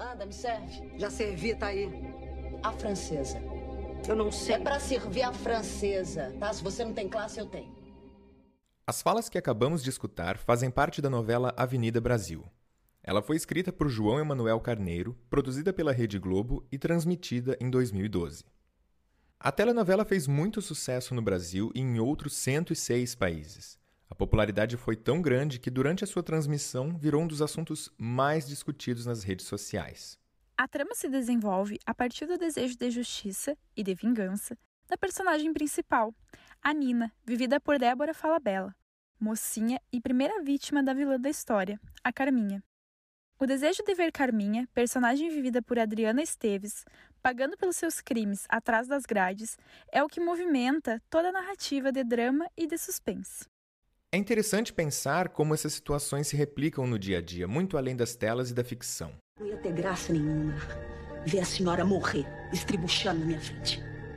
Anda, me serve. Já servi, tá aí. A francesa. Eu não sei. É pra servir a francesa, tá? Se você não tem classe, eu tenho. As falas que acabamos de escutar fazem parte da novela Avenida Brasil. Ela foi escrita por João Emanuel Carneiro, produzida pela Rede Globo e transmitida em 2012. A telenovela fez muito sucesso no Brasil e em outros 106 países. A popularidade foi tão grande que durante a sua transmissão virou um dos assuntos mais discutidos nas redes sociais. A trama se desenvolve a partir do desejo de justiça e de vingança da personagem principal, a Nina, vivida por Débora Falabella, mocinha e primeira vítima da vilã da história, a Carminha. O desejo de ver Carminha, personagem vivida por Adriana Esteves, pagando pelos seus crimes atrás das grades, é o que movimenta toda a narrativa de drama e de suspense. É interessante pensar como essas situações se replicam no dia a dia, muito além das telas e da ficção. Não ia ter graça nenhuma ver a senhora morrer, estribuchando na minha frente.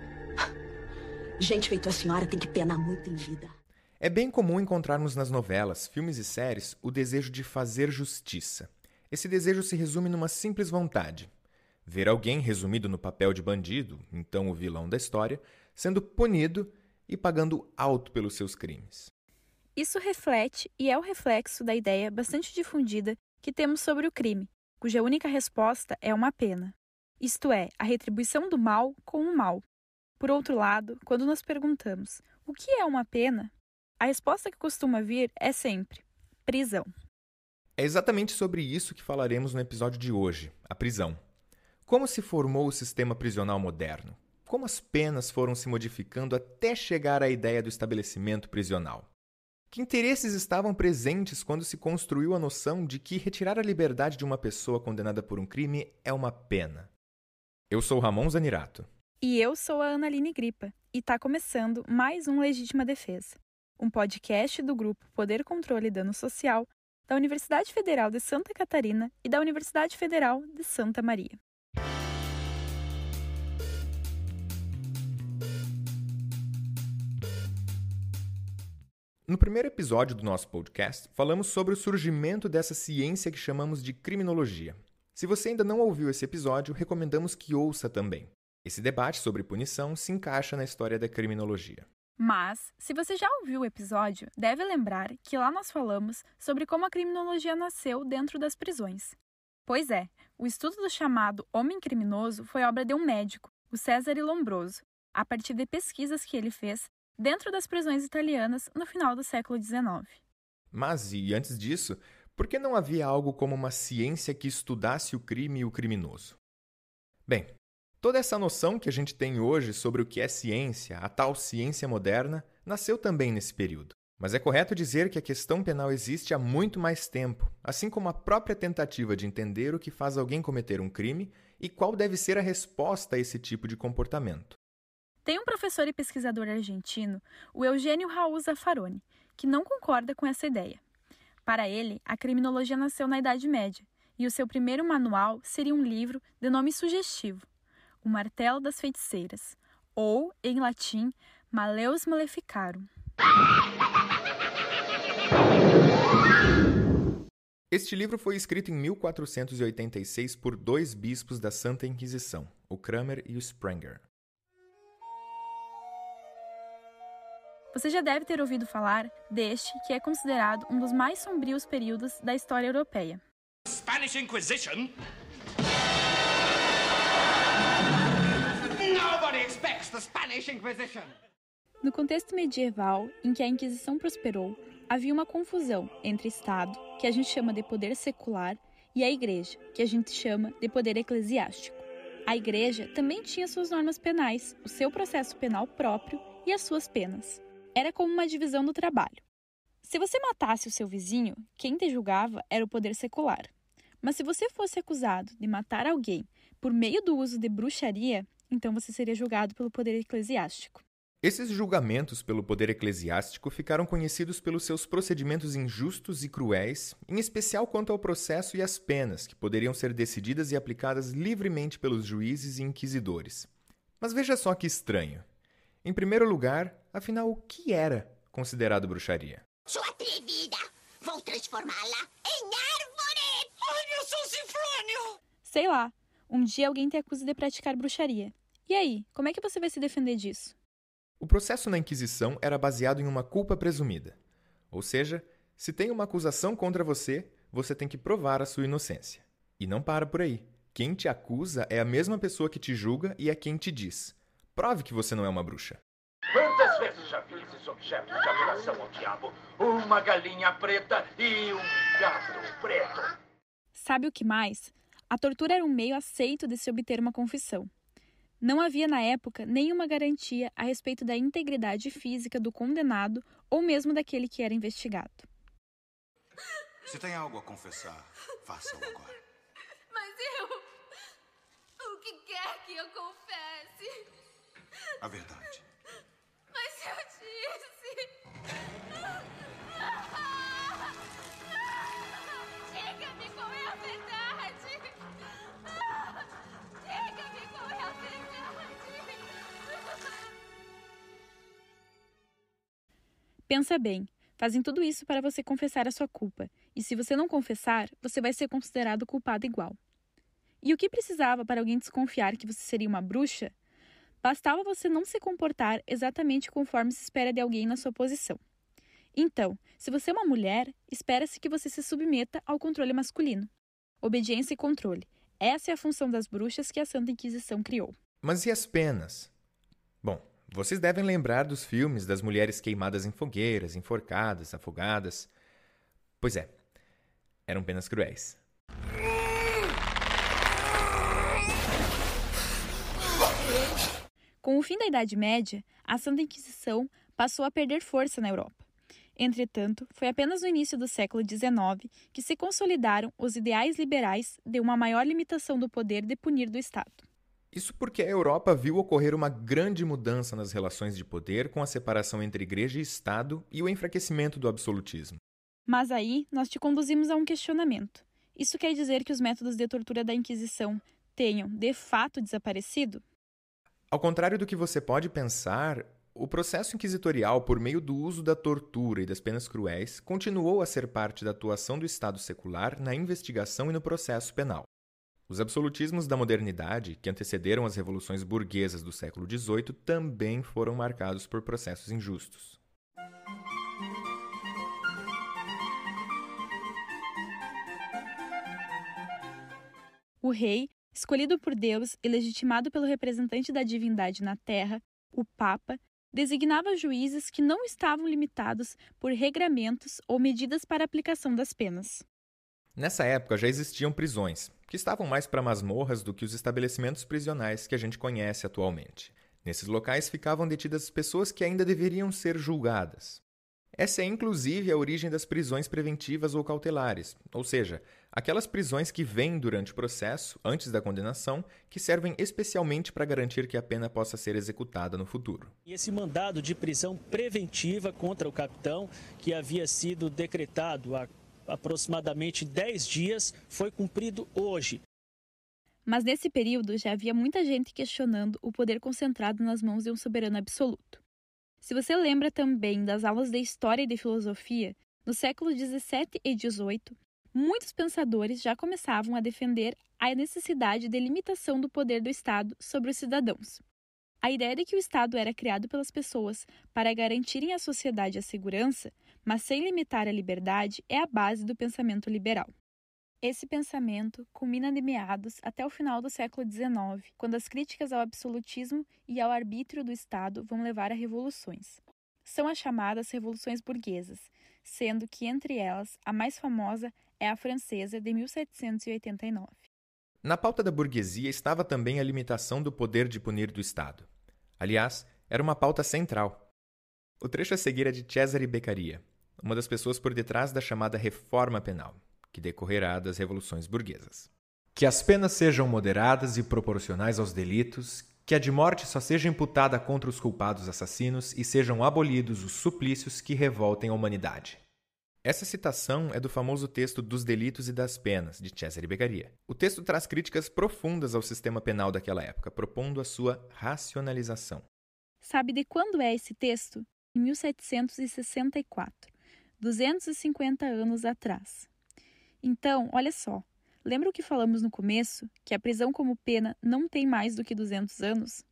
Gente feito a senhora tem que penar muito em vida. É bem comum encontrarmos nas novelas, filmes e séries o desejo de fazer justiça. Esse desejo se resume numa simples vontade: ver alguém resumido no papel de bandido, então o vilão da história, sendo punido e pagando alto pelos seus crimes. Isso reflete e é o reflexo da ideia bastante difundida que temos sobre o crime, cuja única resposta é uma pena. Isto é, a retribuição do mal com o mal. Por outro lado, quando nos perguntamos o que é uma pena, a resposta que costuma vir é sempre prisão. É exatamente sobre isso que falaremos no episódio de hoje, a prisão. Como se formou o sistema prisional moderno? Como as penas foram se modificando até chegar à ideia do estabelecimento prisional? Que interesses estavam presentes quando se construiu a noção de que retirar a liberdade de uma pessoa condenada por um crime é uma pena? Eu sou Ramon Zanirato. E eu sou a Analine Gripa, e está começando mais um Legítima Defesa, um podcast do grupo Poder, Controle e Dano Social da Universidade Federal de Santa Catarina e da Universidade Federal de Santa Maria. No primeiro episódio do nosso podcast, falamos sobre o surgimento dessa ciência que chamamos de criminologia. Se você ainda não ouviu esse episódio, recomendamos que ouça também. Esse debate sobre punição se encaixa na história da criminologia. Mas, se você já ouviu o episódio, deve lembrar que lá nós falamos sobre como a criminologia nasceu dentro das prisões. Pois é, o estudo do chamado homem criminoso foi obra de um médico, o Cesare Lombroso, a partir de pesquisas que ele fez dentro das prisões italianas no final do século XIX. Mas, e antes disso, por que não havia algo como uma ciência que estudasse o crime e o criminoso? Bem, toda essa noção que a gente tem hoje sobre o que é ciência, a tal ciência moderna, nasceu também nesse período. Mas é correto dizer que a questão penal existe há muito mais tempo, assim como a própria tentativa de entender o que faz alguém cometer um crime e qual deve ser a resposta a esse tipo de comportamento. Tem um professor e pesquisador argentino, o Eugênio Raul Zaffaroni, que não concorda com essa ideia. Para ele, a criminologia nasceu na Idade Média, e o seu primeiro manual seria um livro de nome sugestivo, O Martelo das Feiticeiras, ou, em latim, Maleus Maleficarum. Este livro foi escrito em 1486 por dois bispos da Santa Inquisição, o Kramer e o Sprenger. Você já deve ter ouvido falar deste, que é considerado um dos mais sombrios períodos da história europeia. Spanish Inquisition? Nobody expects the Spanish Inquisition. No contexto medieval, em que a Inquisição prosperou, havia uma confusão entre Estado, que a gente chama de poder secular, e a Igreja, que a gente chama de poder eclesiástico. A Igreja também tinha suas normas penais, o seu processo penal próprio e as suas penas. Era como uma divisão do trabalho. Se você matasse o seu vizinho, quem te julgava era o poder secular. Mas se você fosse acusado de matar alguém por meio do uso de bruxaria, então você seria julgado pelo poder eclesiástico. Esses julgamentos pelo poder eclesiástico ficaram conhecidos pelos seus procedimentos injustos e cruéis, em especial quanto ao processo e às penas, que poderiam ser decididas e aplicadas livremente pelos juízes e inquisidores. Mas veja só que estranho. Em primeiro lugar, afinal, o que era considerado bruxaria? Sua atrevida! Vou transformá-la em árvore! Ai, meu São Cifrônio! Sei lá, um dia alguém te acusa de praticar bruxaria. E aí, como é que você vai se defender disso? O processo na Inquisição era baseado em uma culpa presumida. Ou seja, se tem uma acusação contra você, você tem que provar a sua inocência. E não para por aí. Quem te acusa é a mesma pessoa que te julga e é quem te diz: prove que você não é uma bruxa. Quantas vezes já vi esses objetos de adoração ao diabo? Uma galinha preta e um gato preto. Sabe o que mais? A tortura era um meio aceito de se obter uma confissão. Não havia na época nenhuma garantia a respeito da integridade física do condenado ou mesmo daquele que era investigado. Se tem algo a confessar, faça-o agora. Mas o que quer que eu confesse? A verdade. Mas eu disse... Diga-me qual é a verdade! Diga-me qual é a verdade! Pensa bem, fazem tudo isso para você confessar a sua culpa, e se você não confessar, você vai ser considerado culpado igual. E o que precisava para alguém desconfiar que você seria uma bruxa? Bastava você não se comportar exatamente conforme se espera de alguém na sua posição. Então, se você é uma mulher, espera-se que você se submeta ao controle masculino. Obediência e controle. Essa é a função das bruxas que a Santa Inquisição criou. Mas e as penas? Bom, vocês devem lembrar dos filmes das mulheres queimadas em fogueiras, enforcadas, afogadas. Pois é, eram penas cruéis. Com o fim da Idade Média, a Santa Inquisição passou a perder força na Europa. Entretanto, foi apenas no início do século XIX que se consolidaram os ideais liberais de uma maior limitação do poder de punir do Estado. Isso porque a Europa viu ocorrer uma grande mudança nas relações de poder com a separação entre Igreja e Estado e o enfraquecimento do absolutismo. Mas aí nós te conduzimos a um questionamento. Isso quer dizer que os métodos de tortura da Inquisição tenham, de fato, desaparecido? Ao contrário do que você pode pensar, o processo inquisitorial, por meio do uso da tortura e das penas cruéis, continuou a ser parte da atuação do Estado secular na investigação e no processo penal. Os absolutismos da modernidade, que antecederam as revoluções burguesas do século XVIII, também foram marcados por processos injustos. O rei, escolhido por Deus e legitimado pelo representante da divindade na terra, o Papa, designava juízes que não estavam limitados por regramentos ou medidas para aplicação das penas. Nessa época já existiam prisões, que estavam mais para masmorras do que os estabelecimentos prisionais que a gente conhece atualmente. Nesses locais ficavam detidas pessoas que ainda deveriam ser julgadas. Essa é inclusive a origem das prisões preventivas ou cautelares, ou seja, aquelas prisões que vêm durante o processo, antes da condenação, que servem especialmente para garantir que a pena possa ser executada no futuro. E esse mandado de prisão preventiva contra o capitão, que havia sido decretado há aproximadamente 10 dias, foi cumprido hoje. Mas nesse período já havia muita gente questionando o poder concentrado nas mãos de um soberano absoluto. Se você lembra também das aulas de História e de Filosofia, no século XVII e XVIII, muitos pensadores já começavam a defender a necessidade de limitação do poder do Estado sobre os cidadãos. A ideia de que o Estado era criado pelas pessoas para garantirem à sociedade a segurança, mas sem limitar a liberdade, é a base do pensamento liberal. Esse pensamento culmina de meados até o final do século XIX, quando as críticas ao absolutismo e ao arbítrio do Estado vão levar a revoluções. São as chamadas revoluções burguesas, sendo que, entre elas, a mais famosa é a francesa de 1789. Na pauta da burguesia estava também a limitação do poder de punir do Estado. Aliás, era uma pauta central. O trecho a seguir é de Cesare Beccaria, uma das pessoas por detrás da chamada Reforma Penal, que decorrerá das revoluções burguesas. Que as penas sejam moderadas e proporcionais aos delitos, que a de morte só seja imputada contra os culpados assassinos e sejam abolidos os suplícios que revoltem a humanidade. Essa citação é do famoso texto Dos Delitos e das Penas, de Cesare Beccaria. O texto traz críticas profundas ao sistema penal daquela época, propondo a sua racionalização. Sabe de quando é esse texto? Em 1764, 250 anos atrás. Então, olha só, Lembra o que falamos no começo, que a prisão como pena não tem mais do que 200 anos?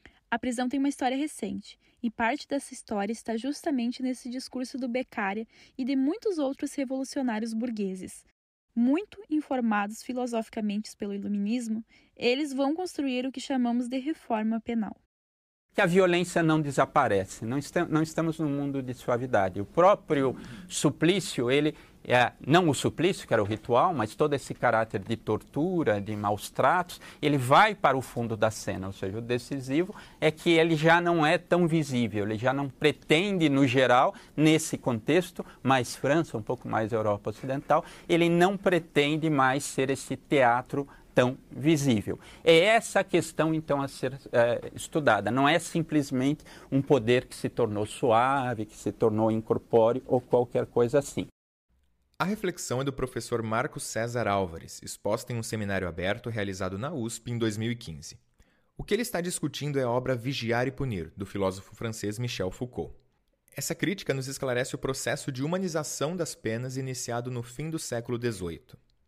A prisão tem uma história recente, e parte dessa história está justamente nesse discurso do Beccaria e de muitos outros revolucionários burgueses. Muito informados filosoficamente pelo iluminismo, eles vão construir o que chamamos de reforma penal. Que a violência não desaparece, não estamos num mundo de suavidade. O próprio suplício, não o suplício, que era o ritual, mas todo esse caráter de tortura, de maus tratos, ele vai para o fundo da cena, ou seja, o decisivo é que ele já não é tão visível, ele já não pretende, no geral, nesse contexto, mais França, um pouco mais Europa Ocidental, ele não pretende mais ser esse teatro tão visível. É essa a questão, então, a ser estudada. Não é simplesmente um poder que se tornou suave, que se tornou incorpóreo ou qualquer coisa assim. A reflexão é do professor Marcos César Álvares, exposta em um seminário aberto realizado na USP em 2015. O que ele está discutindo é a obra Vigiar e Punir, do filósofo francês Michel Foucault. Essa crítica nos esclarece o processo de humanização das penas iniciado no fim do século XVIII.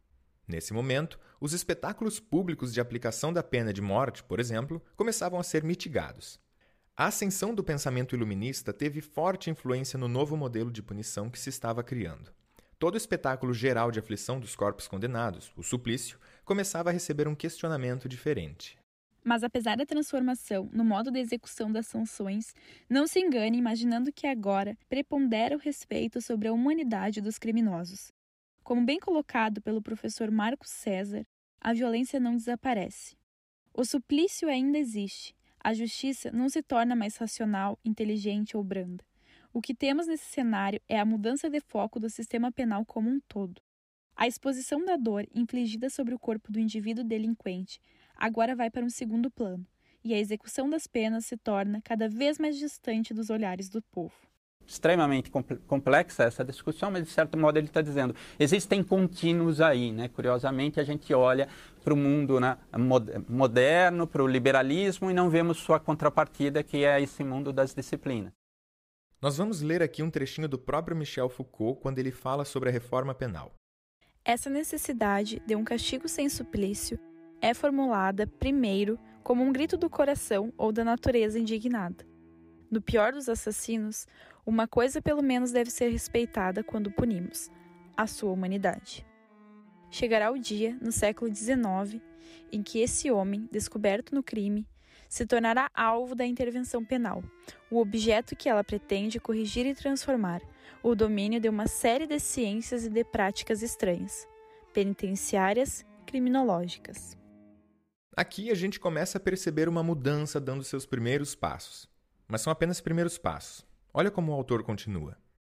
Nesse momento, os espetáculos públicos de aplicação da pena de morte, por exemplo, começavam a ser mitigados. A ascensão do pensamento iluminista teve forte influência no novo modelo de punição que se estava criando. Todo o espetáculo geral de aflição dos corpos condenados, o suplício, começava a receber um questionamento diferente. Mas apesar da transformação no modo de execução das sanções, não se engane imaginando que agora prepondera o respeito sobre a humanidade dos criminosos. Como bem colocado pelo professor Marcos César, a violência não desaparece. O suplício ainda existe. A justiça não se torna mais racional, inteligente ou branda. O que temos nesse cenário é a mudança de foco do sistema penal como um todo. A exposição da dor infligida sobre o corpo do indivíduo delinquente agora vai para um segundo plano, e a execução das penas se torna cada vez mais distante dos olhares do povo. Extremamente complexa essa discussão, mas de certo modo ele está dizendo, existem contínuos aí, né? Curiosamente a gente olha para o mundo, né, moderno, para o liberalismo e não vemos sua contrapartida, que é esse mundo das disciplinas. Nós vamos ler aqui um trechinho do próprio Michel Foucault quando ele fala sobre a reforma penal. Essa necessidade de um castigo sem suplício é formulada, primeiro, como um grito do coração ou da natureza indignada. No pior dos assassinos, uma coisa pelo menos deve ser respeitada quando punimos: a sua humanidade. Chegará o dia, no século XIX, em que esse homem, descoberto no crime, se tornará alvo da intervenção penal, o objeto que ela pretende corrigir e transformar, o domínio de uma série de ciências e de práticas estranhas, penitenciárias, criminológicas. Aqui a gente começa a perceber uma mudança dando seus primeiros passos. Mas são apenas primeiros passos. Olha como o autor continua.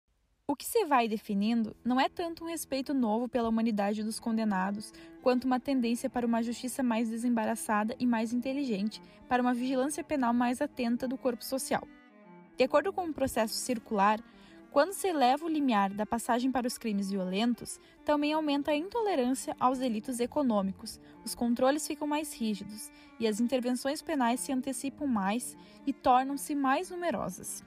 O que se vai definindo não é tanto um respeito novo pela humanidade dos condenados, quanto uma tendência para uma justiça mais desembaraçada e mais inteligente, para uma vigilância penal mais atenta do corpo social. De acordo com um processo circular, quando se eleva o limiar da passagem para os crimes violentos, também aumenta a intolerância aos delitos econômicos, os controles ficam mais rígidos e as intervenções penais se antecipam mais e tornam-se mais numerosas.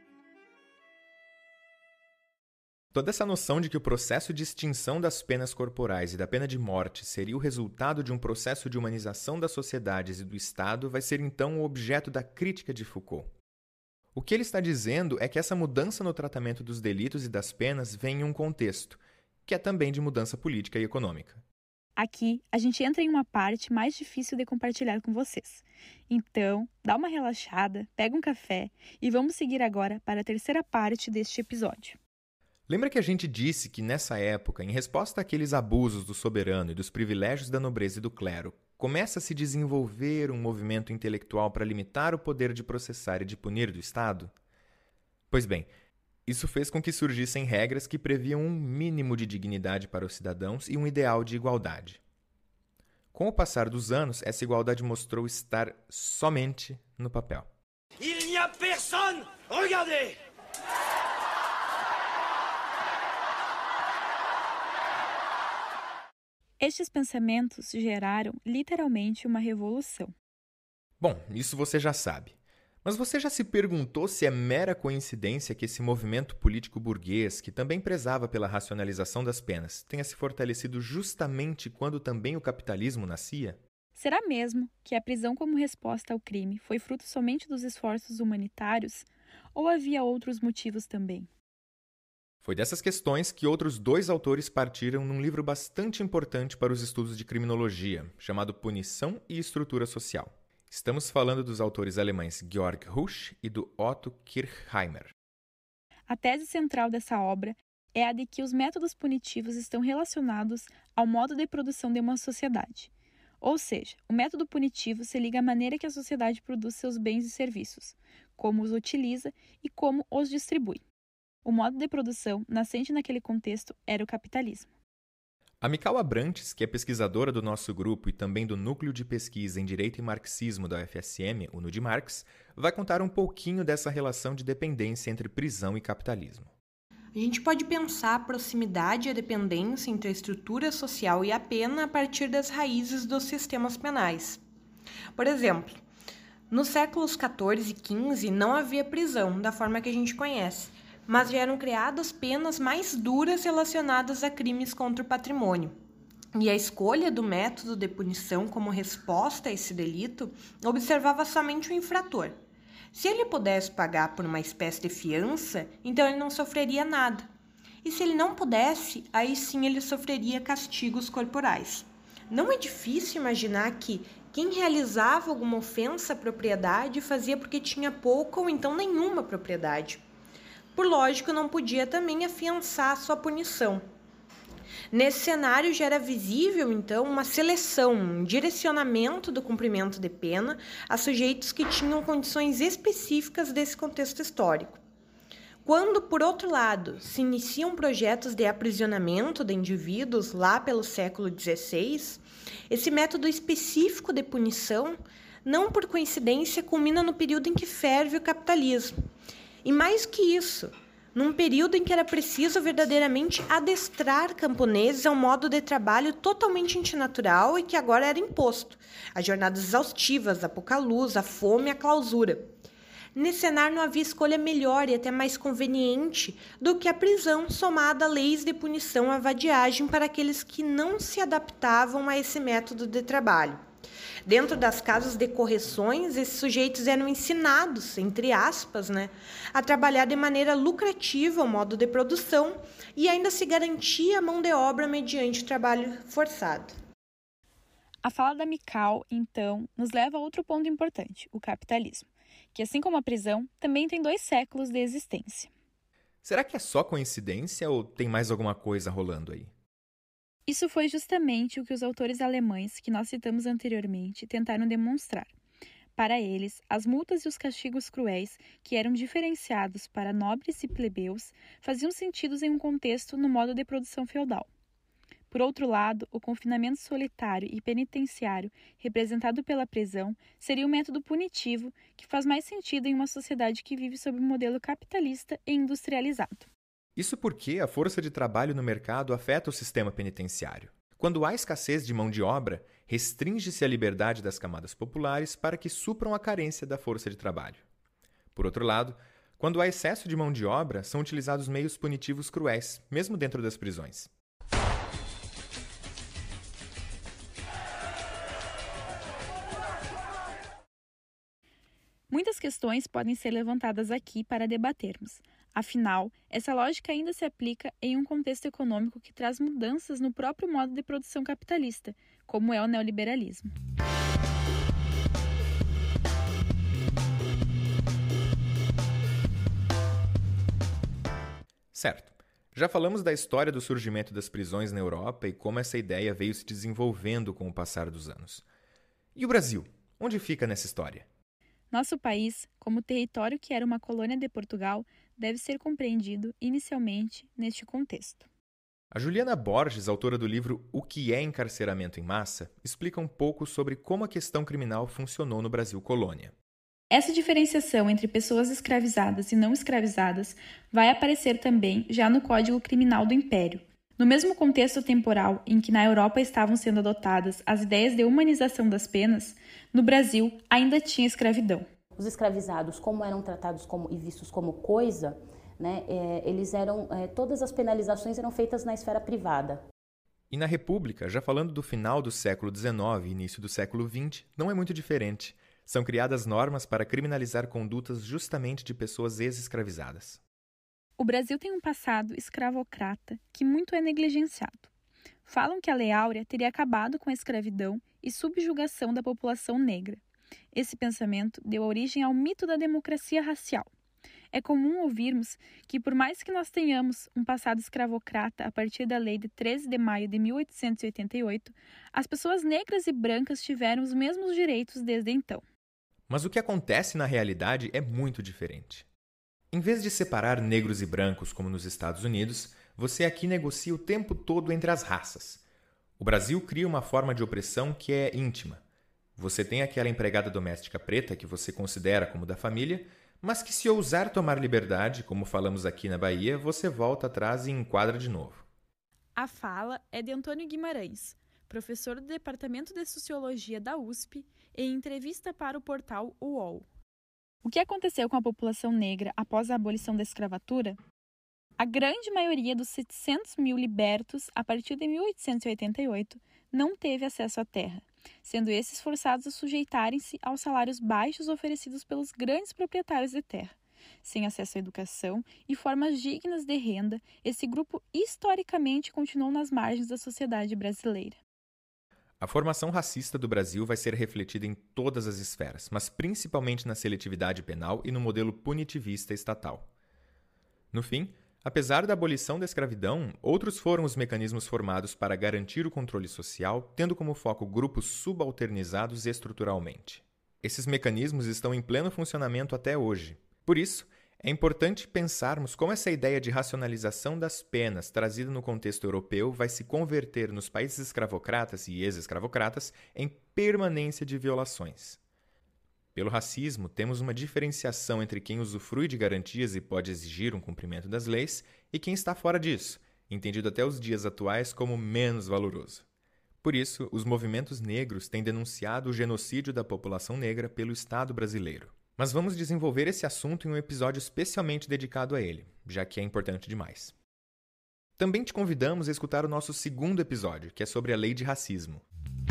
Toda essa noção de que o processo de extinção das penas corporais e da pena de morte seria o resultado de um processo de humanização das sociedades e do Estado vai ser então o objeto da crítica de Foucault. O que ele está dizendo é que essa mudança no tratamento dos delitos e das penas vem em um contexto, que é também de mudança política e econômica. Aqui, a gente entra em uma parte mais difícil de compartilhar com vocês. Então, dá uma relaxada, pega um café e vamos seguir agora para a terceira parte deste episódio. Lembra que a gente disse que nessa época, em resposta àqueles abusos do soberano e dos privilégios da nobreza e do clero, começa a se desenvolver um movimento intelectual para limitar o poder de processar e de punir do Estado? Pois bem, isso fez com que surgissem regras que previam um mínimo de dignidade para os cidadãos e um ideal de igualdade. Com o passar dos anos, essa igualdade mostrou estar somente no papel. Il n'y a personne! Regardez! Estes pensamentos geraram literalmente uma revolução. Bom, isso você já sabe. Mas você já se perguntou se é mera coincidência que esse movimento político burguês, que também prezava pela racionalização das penas, tenha se fortalecido justamente quando também o capitalismo nascia? Será mesmo que a prisão como resposta ao crime foi fruto somente dos esforços humanitários ou havia outros motivos também? Foi dessas questões que outros 2 autores partiram num livro bastante importante para os estudos de criminologia, chamado Punição e Estrutura Social. Estamos falando dos autores alemães Georg Husch e do Otto Kirchheimer. A tese central dessa obra é a de que os métodos punitivos estão relacionados ao modo de produção de uma sociedade. Ou seja, o método punitivo se liga à maneira que a sociedade produz seus bens e serviços, como os utiliza e como os distribui. O modo de produção nascente naquele contexto era o capitalismo. A Michal Abrantes, que é pesquisadora do nosso grupo e também do Núcleo de Pesquisa em Direito e Marxismo da UFSM, o NUDIMarx, vai contar um pouquinho dessa relação de dependência entre prisão e capitalismo. A gente pode pensar a proximidade e a dependência entre a estrutura social e a pena a partir das raízes dos sistemas penais. Por exemplo, nos séculos XIV e XV não havia prisão da forma que a gente conhece, mas já eram criadas penas mais duras relacionadas a crimes contra o patrimônio. E a escolha do método de punição como resposta a esse delito observava somente o infrator. Se ele pudesse pagar por uma espécie de fiança, então ele não sofreria nada. E se ele não pudesse, aí sim ele sofreria castigos corporais. Não é difícil imaginar que quem realizava alguma ofensa à propriedade fazia porque tinha pouca ou então nenhuma propriedade. Por lógico, não podia também afiançar sua punição. Nesse cenário já era visível, então, uma seleção, um direcionamento do cumprimento de pena a sujeitos que tinham condições específicas desse contexto histórico. Quando, por outro lado, se iniciam projetos de aprisionamento de indivíduos lá pelo século XVI, esse método específico de punição, não por coincidência, culmina no período em que ferve o capitalismo. E mais que isso, num período em que era preciso verdadeiramente adestrar camponeses a um modo de trabalho totalmente antinatural e que agora era imposto, as jornadas exaustivas, a pouca luz, a fome e a clausura. Nesse cenário não havia escolha melhor e até mais conveniente do que a prisão somada a leis de punição à vadiagem para aqueles que não se adaptavam a esse método de trabalho. Dentro das casas de correções, esses sujeitos eram ensinados, entre aspas, a trabalhar de maneira lucrativa o modo de produção e ainda se garantia a mão de obra mediante trabalho forçado. A fala da Michal, então, nos leva a outro ponto importante, o capitalismo, que, assim como a prisão, também tem 2 séculos de existência. Será que é só coincidência ou tem mais alguma coisa rolando aí? Isso foi justamente o que os autores alemães que nós citamos anteriormente tentaram demonstrar. Para eles, as multas e os castigos cruéis, que eram diferenciados para nobres e plebeus, faziam sentido em um contexto no modo de produção feudal. Por outro lado, o confinamento solitário e penitenciário, representado pela prisão, seria um método punitivo que faz mais sentido em uma sociedade que vive sob um modelo capitalista e industrializado. Isso porque a força de trabalho no mercado afeta o sistema penitenciário. Quando há escassez de mão de obra, restringe-se a liberdade das camadas populares para que supram a carência da força de trabalho. Por outro lado, quando há excesso de mão de obra, são utilizados meios punitivos cruéis, mesmo dentro das prisões. Muitas questões podem ser levantadas aqui para debatermos. Afinal, essa lógica ainda se aplica em um contexto econômico que traz mudanças no próprio modo de produção capitalista, como é o neoliberalismo. Certo. Já falamos da história do surgimento das prisões na Europa e como essa ideia veio se desenvolvendo com o passar dos anos. E o Brasil? Onde fica nessa história? Nosso país, como território que era uma colônia de Portugal, deve ser compreendido inicialmente neste contexto. A Juliana Borges, autora do livro O que é encarceramento em massa, explica um pouco sobre como a questão criminal funcionou no Brasil colônia. Essa diferenciação entre pessoas escravizadas e não escravizadas vai aparecer também já no Código Criminal do Império. No mesmo contexto temporal em que na Europa estavam sendo adotadas as ideias de humanização das penas, no Brasil ainda tinha escravidão. os escravizados, como eram tratados e vistos como coisa, né, todas as penalizações eram feitas na esfera privada. E na República, já falando do final do século XIX e início do século XX, não é muito diferente. São criadas normas para criminalizar condutas justamente de pessoas ex-escravizadas. O Brasil tem um passado escravocrata que muito é negligenciado. Falam que a Lei Áurea teria acabado com a escravidão e subjugação da população negra. Esse pensamento deu origem ao mito da democracia racial. É comum ouvirmos que, por mais que nós tenhamos um passado escravocrata a partir da Lei de 13 de maio de 1888, as pessoas negras e brancas tiveram os mesmos direitos desde então. Mas o que acontece na realidade é muito diferente. Em vez de separar negros e brancos como nos Estados Unidos, você aqui negocia o tempo todo entre as raças. O Brasil cria uma forma de opressão que é íntima. Você tem aquela empregada doméstica preta que você considera como da família, mas que se ousar tomar liberdade, como falamos aqui na Bahia, você volta atrás e enquadra de novo. A fala é de Antônio Guimarães, professor do Departamento de Sociologia da USP, em entrevista para o portal UOL. O que aconteceu com a população negra após a abolição da escravatura? A grande maioria dos 700 mil libertos, a partir de 1888, não teve acesso à terra, sendo esses forçados a sujeitarem-se aos salários baixos oferecidos pelos grandes proprietários de terra. Sem acesso à educação e formas dignas de renda, esse grupo historicamente continuou nas margens da sociedade brasileira. A formação racista do Brasil vai ser refletida em todas as esferas, mas principalmente na seletividade penal e no modelo punitivista estatal. No fim, apesar da abolição da escravidão, outros foram os mecanismos formados para garantir o controle social, tendo como foco grupos subalternizados estruturalmente. Esses mecanismos estão em pleno funcionamento até hoje. Por isso, é importante pensarmos como essa ideia de racionalização das penas trazida no contexto europeu vai se converter nos países escravocratas e ex-escravocratas em permanência de violações. Pelo racismo, temos uma diferenciação entre quem usufrui de garantias e pode exigir um cumprimento das leis e quem está fora disso, entendido até os dias atuais como menos valoroso. Por isso, os movimentos negros têm denunciado o genocídio da população negra pelo Estado brasileiro. Mas vamos desenvolver esse assunto em um episódio especialmente dedicado a ele, já que é importante demais. Também te convidamos a escutar o nosso segundo episódio, que é sobre a lei de racismo.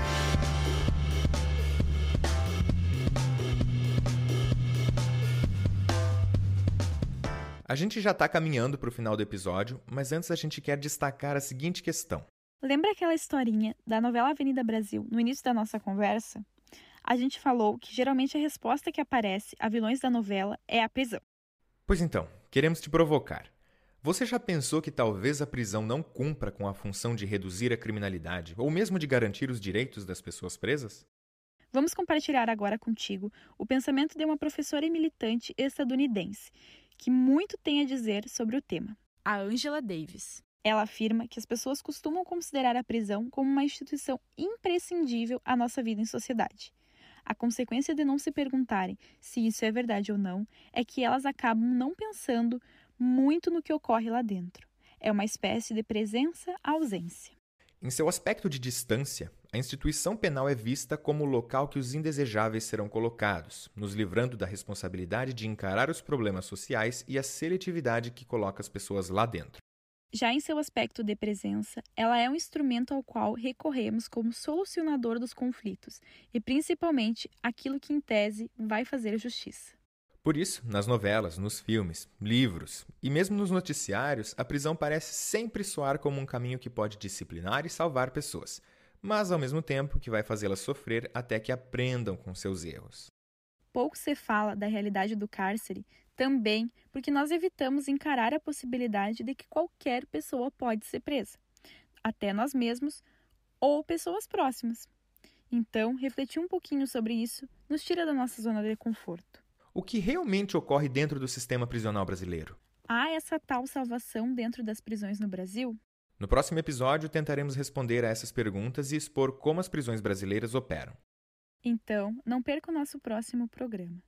A gente já está caminhando para o final do episódio, mas antes a gente quer destacar a seguinte questão. Lembra aquela historinha da novela Avenida Brasil, no início da nossa conversa? A gente falou que geralmente a resposta que aparece a vilões da novela é a prisão. Pois então, queremos te provocar. Você já pensou que talvez a prisão não cumpra com a função de reduzir a criminalidade ou mesmo de garantir os direitos das pessoas presas? Vamos compartilhar agora contigo o pensamento de uma professora e militante estadunidense que muito tem a dizer sobre o tema, a Angela Davis. Ela afirma que as pessoas costumam considerar a prisão como uma instituição imprescindível à nossa vida em sociedade. A consequência de não se perguntarem se isso é verdade ou não é que elas acabam não pensando muito no que ocorre lá dentro. É uma espécie de presença-ausência. Em seu aspecto de distância, a instituição penal é vista como o local que os indesejáveis serão colocados, nos livrando da responsabilidade de encarar os problemas sociais e a seletividade que coloca as pessoas lá dentro. Já em seu aspecto de presença, ela é um instrumento ao qual recorremos como solucionador dos conflitos e, principalmente, aquilo que, em tese, vai fazer justiça. Por isso, nas novelas, nos filmes, livros e mesmo nos noticiários, a prisão parece sempre soar como um caminho que pode disciplinar e salvar pessoas, mas ao mesmo tempo que vai fazê-las sofrer até que aprendam com seus erros. Pouco se fala da realidade do cárcere, também porque nós evitamos encarar a possibilidade de que qualquer pessoa pode ser presa, até nós mesmos ou pessoas próximas. Então, refletir um pouquinho sobre isso nos tira da nossa zona de conforto. O que realmente ocorre dentro do sistema prisional brasileiro? Há essa tal salvação dentro das prisões no Brasil? No próximo episódio, tentaremos responder a essas perguntas e expor como as prisões brasileiras operam. Então, não perca o nosso próximo programa.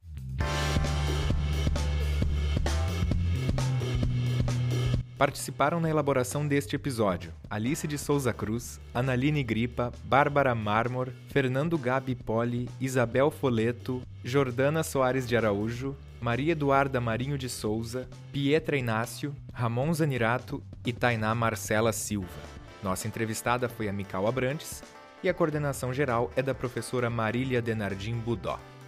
Participaram na elaboração deste episódio Alice de Souza Cruz, Analine Gripa, Bárbara Marmor, Fernando Gabi Poli, Isabel Foleto, Jordana Soares de Araújo, Maria Eduarda Marinho de Souza, Pietra Inácio, Ramon Zanirato e Tainá Marcela Silva. Nossa entrevistada foi a Mical Abrantes e a coordenação geral é da professora Marília Denardim Budó.